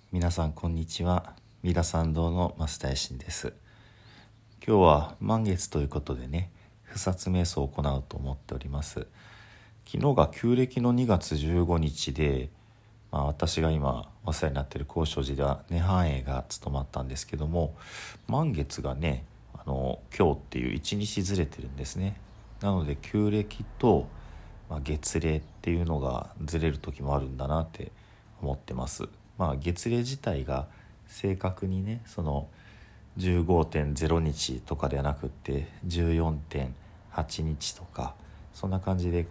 皆さんこんにちは。三田参道の増田衛進です。今日は満月ということでね、不殺瞑想を行うと思っております。昨日が旧暦の2月15日で、私が今お世話になっている高尚寺では涅槃会が務まったんですけども、満月がね、今日っていう1日ずれてるんですね。なので旧暦と、月齢っていうのがずれる時もあるんだなって思ってます。月齢自体が正確にね、その 15.0 日とかではなくって 14.8 日とか、そんな感じで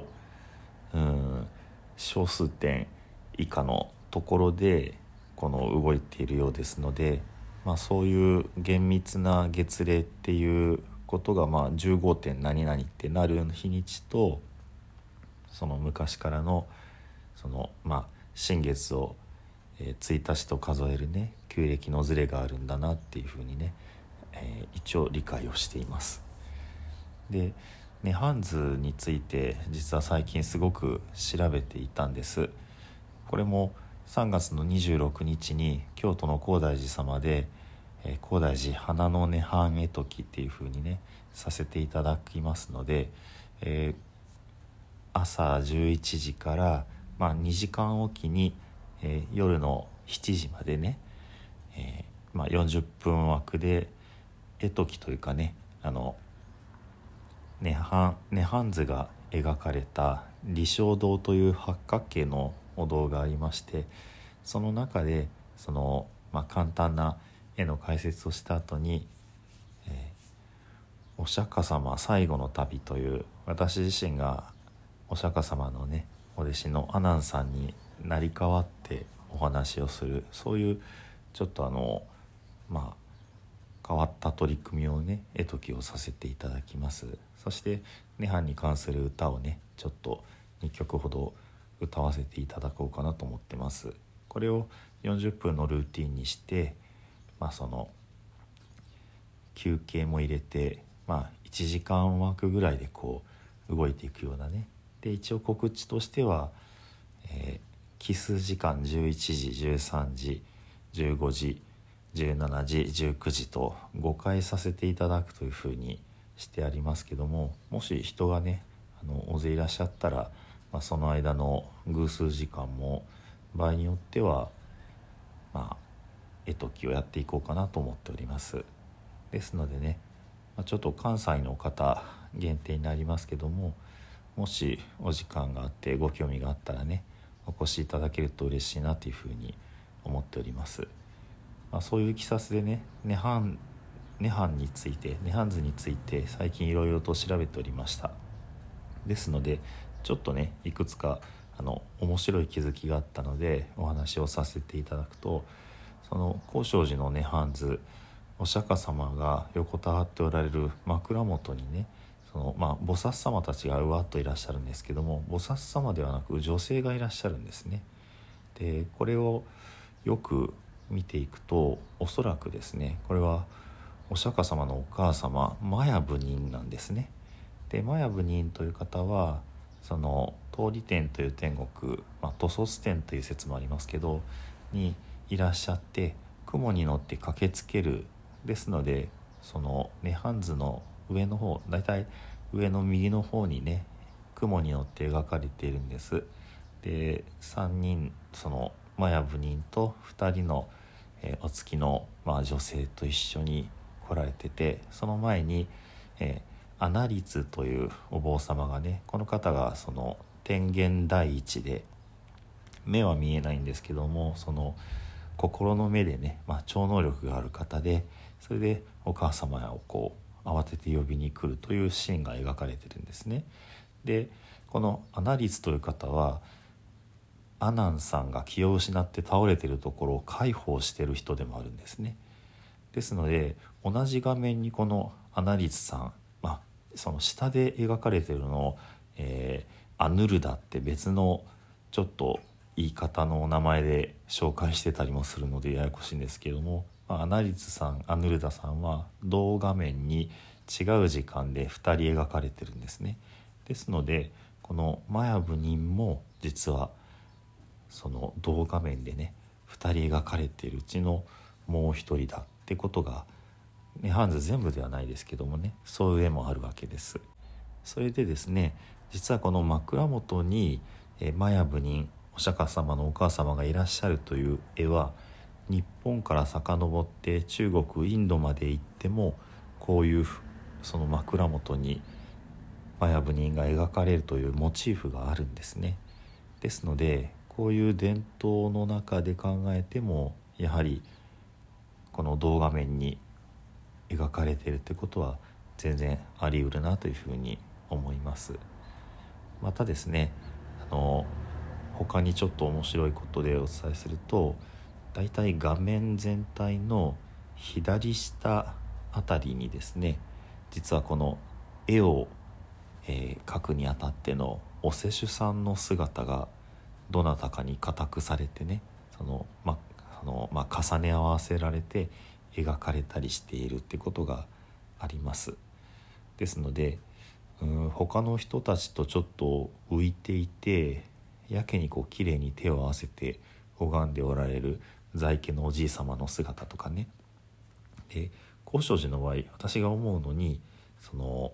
小数点以下のところで動いているようですので、そういう厳密な月齢っていうことが15点何々ってなる日にちと、その昔からの新月を1日と数えるね旧暦のズレがあるんだなっていうふうにね、一応理解をしています。で、涅槃図について実は最近すごく調べていたんです。これも3月の26日に京都の高大寺様で、高大寺花の涅槃絵解きっていうふうにねさせていただきますので、朝11時から、2時間おきに、夜の7時までね、40分枠で絵解きというかね、涅槃図が描かれた理想堂という八角形のお堂がありまして、その中で簡単な絵の解説をした後に、お釈迦様最後の旅という、私自身がお釈迦様のねお弟子の阿南さんに成り代わってお話をする、そういうちょっと変わった取り組みをね絵解きをさせていただきます。そして涅槃に関する歌をねちょっと2曲ほど歌わせていただこうかなと思ってます。これを40分のルーティンにして、その休憩も入れて、1時間枠ぐらいで動いていくようなね。で一応告知としては、奇数時間11時13時15時17時19時と5回させていただくというふうにしてありますけども、もし人がね大勢いらっしゃったら、その間の偶数時間も場合によっては絵解きをやっていこうかなと思っております。ですのでね、ちょっと関西の方限定になりますけども、もしお時間があってご興味があったらねお越しいただけると嬉しいなというふうに思っております。そういういきさつでね涅槃図について最近いろいろと調べておりました。ですのでちょっとねいくつか面白い気づきがあったのでお話をさせていただくと、その高尚寺の涅槃図、お釈迦様が横たわっておられる枕元にね菩薩様たちがうわっといらっしゃるんですけども、菩薩様ではなく女性がいらっしゃるんですね。でこれをよく見ていくと、おそらくですねこれはお釈迦様のお母様マヤ部人なんですね。でマヤ部人という方はその通り天という天国、兜率天という説もありますけどにいらっしゃって、雲に乗って駆けつける。ですのでその涅槃図の上の方、だいたい上の右の方にね雲に乗って描かれているんです。で3人、そのマヤ部人と2人の、お付きの、女性と一緒に来られてて、その前に、阿那律というお坊様がね、この方がその天元第一で目は見えないんですけども、その心の目でね、超能力がある方で、それでお母様を慌てて呼びに来るというシーンが描かれてるんですね。でこの阿那律という方は阿南さんが気を失って倒れているところを介抱している人でもあるんですね。ですので同じ画面にこの阿那律さん、その下で描かれているのを、アヌルダって別のちょっと言い方のお名前で紹介してたりもするのでややこしいんですけども、阿那律さん、アヌルダさんは同画面に違う時間で2人描かれてるんですね。ですのでこのマヤ部人も実はその同画面でね2 2人描かれているうちのもう一人だってことが、ハンズ全部ではないですけどもね、そういう絵もあるわけです。それでですね、実はこの枕元にマヤ部人お釈迦様のお母様がいらっしゃるという絵は、日本から遡って中国インドまで行ってもこういうその枕元にマヤ部人が描かれるというモチーフがあるんですね。ですのでこういう伝統の中で考えても、やはりこの動画面に描かれているってことは全然あり得るなというふうに思います。またですね、他にちょっと面白いことでお伝えすると、だいたい画面全体の左下あたりにですね、実はこの絵を、描くにあたってのお施主さんの姿がどなたかに固くされてね、重ね合わせられて描かれたりしているってことがあります。ですので、他の人たちとちょっと浮いていて、やけにこう綺麗に手を合わせて拝んでおられる在家のおじい様の姿とかね。で、高尚寺の場合、私が思うのに、その、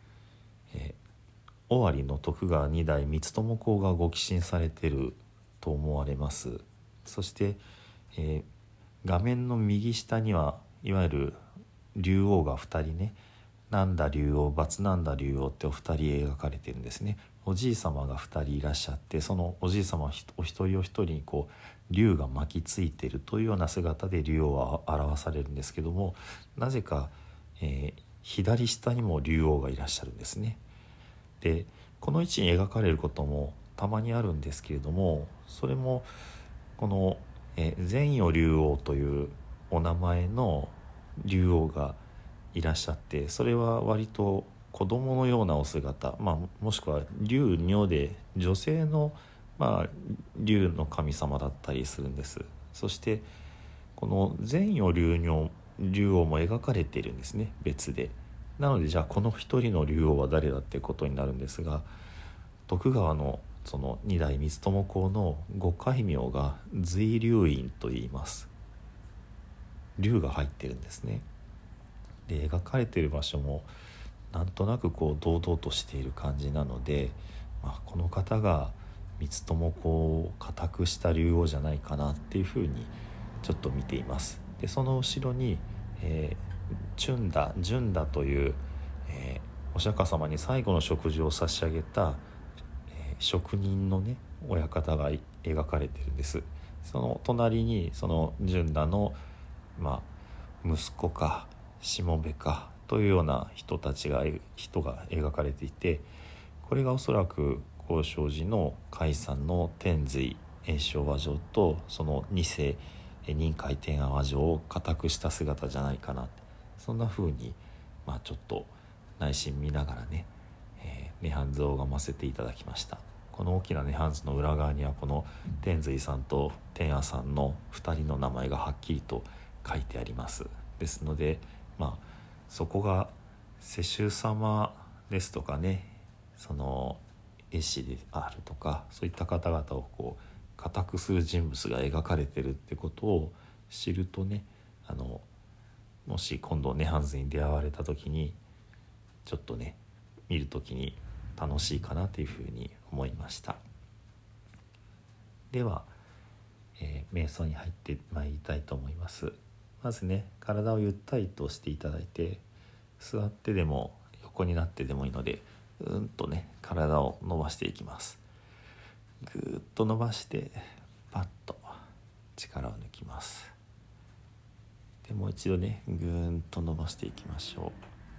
尾張の徳川二代光友公がご寄進されていると思われます。そして、画面の右下にはいわゆる竜王が2人ね、なんだ竜王、罰なんだ竜王ってお二人描かれてるんですね。おじい様が2人いらっしゃって、そのおじい様お一人お一人にこう竜が巻きついているというような姿で竜王は表されるんですけども、なぜか、左下にも竜王がいらっしゃるんですね。で、この位置に描かれることもたまにあるんですけれども、それもこの善与竜王というお名前の竜王がいらっしゃって、それは割と子供のようなお姿、もしくは竜女で女性の、竜の神様だったりするんです。そしてこの善与竜王も描かれているんですね、別で。なので、じゃあこの一人の竜王は誰だってことになるんですが、徳川のその二代光友公のご戒名が瑞龍院と言います。龍が入ってるんですね。で、描かれている場所もなんとなくこう堂々としている感じなので、この方が光友公を固くした竜王じゃないかなっていうふうにちょっと見ています。で、その後ろに、純太という、お釈迦様に最後の食事を差し上げた、職人のね親方が描かれてるんです。その隣にその純太の、息子かしもべかというような人が描かれていて、これがおそらく高尚寺の開山の天瑞延生和上とその二世任海天安和上を固くした姿じゃないかな、そんな風にちょっと内心見ながらね、涅槃図を拝ませていただきました。この大きな涅槃図の裏側にはこの天瑞さんと天安さんの2人の名前がはっきりと書いてあります。ですので、そこが世襲様ですとかね、その絵師であるとか、そういった方々をこう固くする人物が描かれてるってことを知るとね、もし今度涅槃図に出会われた時にちょっとね見る時に楽しいかなというふうに思いました。では、瞑想に入ってまいりたいと思います。まずね、体をゆったりとしていただいて、座ってでも横になってでもいいので体を伸ばしていきます。ぐーっと伸ばしてパッと力を抜きます。でもう一度ね、ぐーっと伸ばしていきましょう。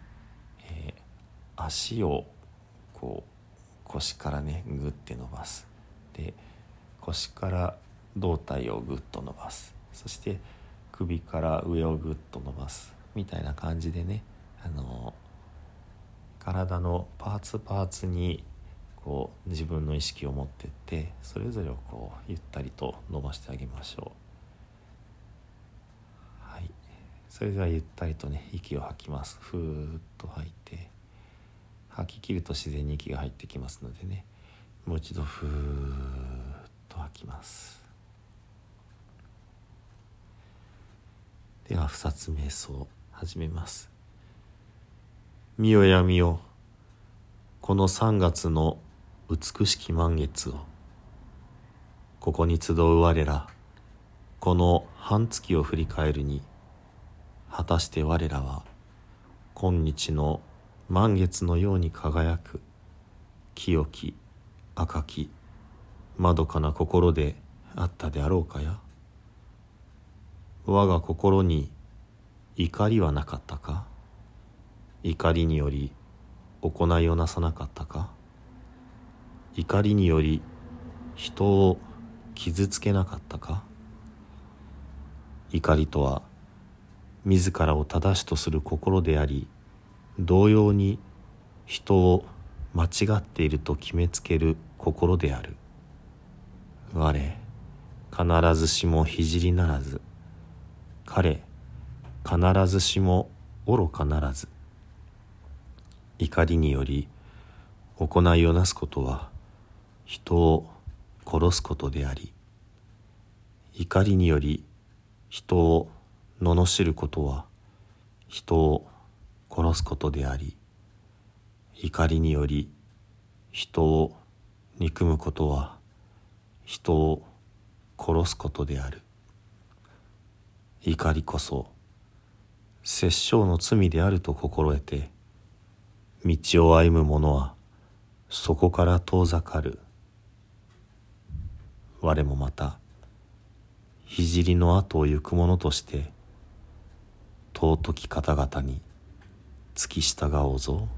足をこう腰からねグッて伸ばす。で、腰から胴体をグッと伸ばす。そして首から上をグッと伸ばすみたいな感じでね、体のパーツパーツにこう自分の意識を持ってって、それぞれをこうゆったりと伸ばしてあげましょう。はい、それではゆったりとね息を吐きます。ふーっと吐いて、吐き切ると自然に息が入ってきますのでね、もう一度ふーっと吐きます。 では不殺瞑想を始めます。見よや見よ、この3月の美しき満月を、ここに集う我ら、この半月を振り返るに、果たして我らは今日の満月のように輝く清き赤きまどかな心であったであろうかや。我が心に怒りはなかったか。怒りにより行いをなさなかったか。怒りにより人を傷つけなかったか。怒りとは自らを正しとする心であり、同様に人を間違っていると決めつける心である。我必ずしも聖ならず、彼必ずしも愚かならず。怒りにより行いをなすことは人を殺すことであり、怒りにより人を罵ることは人を殺すことであり、怒りにより人を憎むことは人を殺すことである。怒りこそ殺生の罪であると心得て、道を歩む者はそこから遠ざかる。我もまた聖の後を行く者として尊き方々に付き従おうぞ。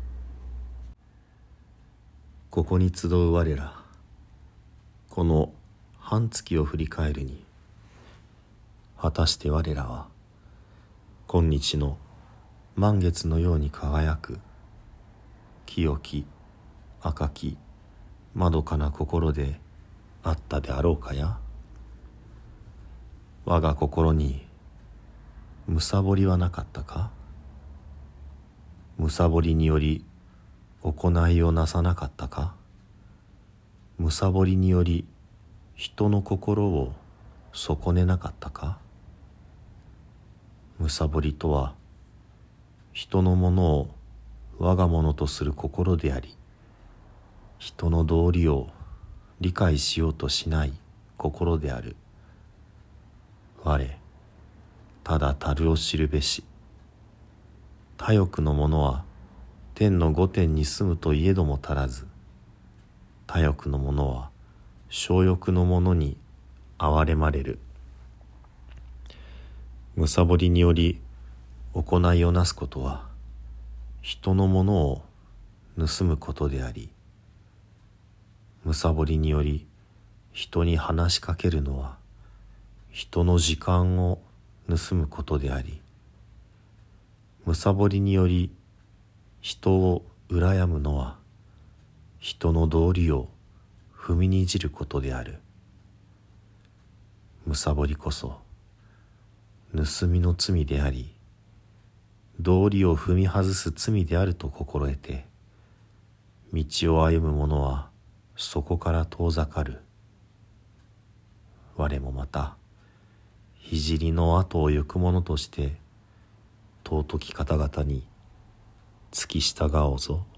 ここに集う我ら、この半月を振り返るに、果たして我らは今日の満月のように輝く清き赤きまどかな心であったであろうかや。我が心にむさぼりはなかったか。むさぼりにより行いをなさなかったか。むさぼりにより人の心を損ねなかったか。むさぼりとは人のものを我がものとする心であり、人の道理を理解しようとしない心である。我ただ樽を知るべし。他欲の者は天の御殿に住むといえども足らず、他欲の者は小欲の者に憐れまれる。むさぼりにより行いをなすことは人のものを盗むことであり、むさぼりにより人に話しかけるのは人の時間を盗むことであり、むさぼりにより人を羨むのは人の道理を踏みにじることである。むさぼりこそ盗みの罪であり、道理を踏み外す罪であると心得て、道を歩む者はそこから遠ざかる。我もまた聖の後を行く者として尊き方々に付き従おうぞ。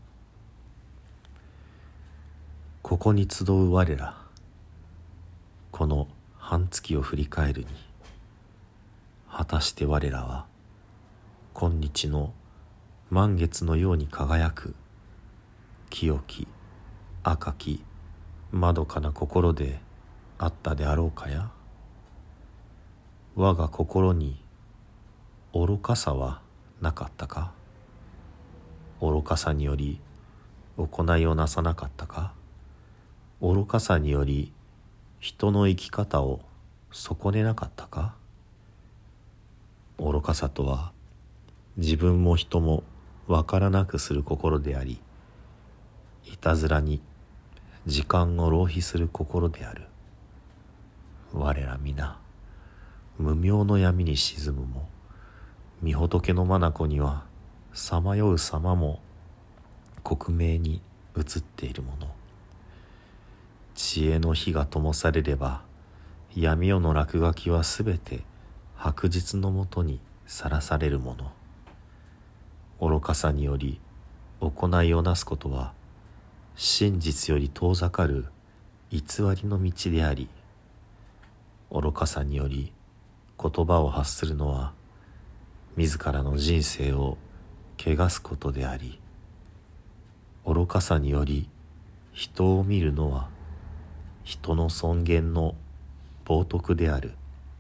ここに集う我ら、この半月を振り返るに、果たして我らは今日の満月のように輝く清き赤きまどかな心であったであろうかや。我が心に愚かさはなかったか。愚かさにより行いをなさなかったか。愚かさにより人の生き方を損ねなかったか。愚かさとは自分も人もわからなくする心であり、いたずらに時間を浪費する心である。我ら皆無明の闇に沈むも、御仏の眼にはさまよう様も克明に映っているもの。知恵の火が灯されれば、闇夜の落書きはすべて白日のもとにさらされるもの。愚かさにより行いをなすことは真実より遠ざかる偽りの道であり、愚かさにより言葉を発するのは自らの人生を汚すことであり、愚かさにより人を見るのは人の尊厳の冒涜である。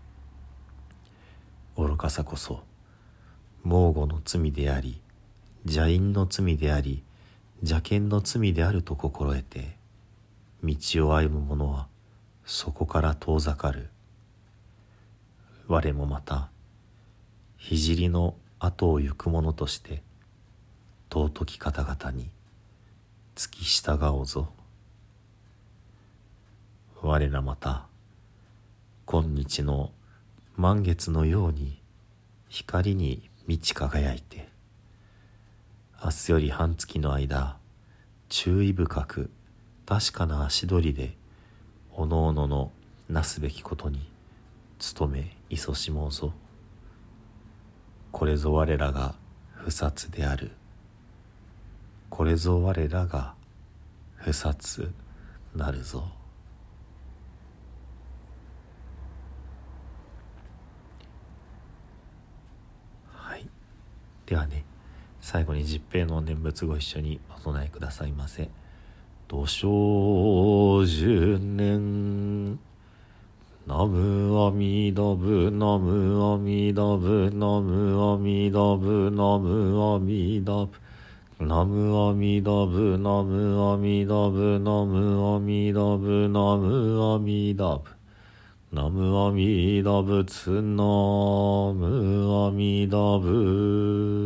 愚かさこそ妄語の罪であり、邪淫の罪であり、邪見の罪であると心得て、道を歩む者はそこから遠ざかる。我もまた聖の後を行く者として尊き方々に付き従おうぞ。我らまた今日の満月のように光に満ち輝いて、明日より半月の間注意深く確かな足取りでおのおののなすべきことに努め勤しもうぞ。これぞ我らが不殺である。これぞ我らが不殺なるぞ。はい。ではね、最後に十平の念仏ご一緒にお唱えくださいませ。土生十年ナムアミダブナムアミダブナムアミダブナムアミダブナムアミダブナムアミダブナムアミダブナムアミダブナムアミダブツナムアミダブ。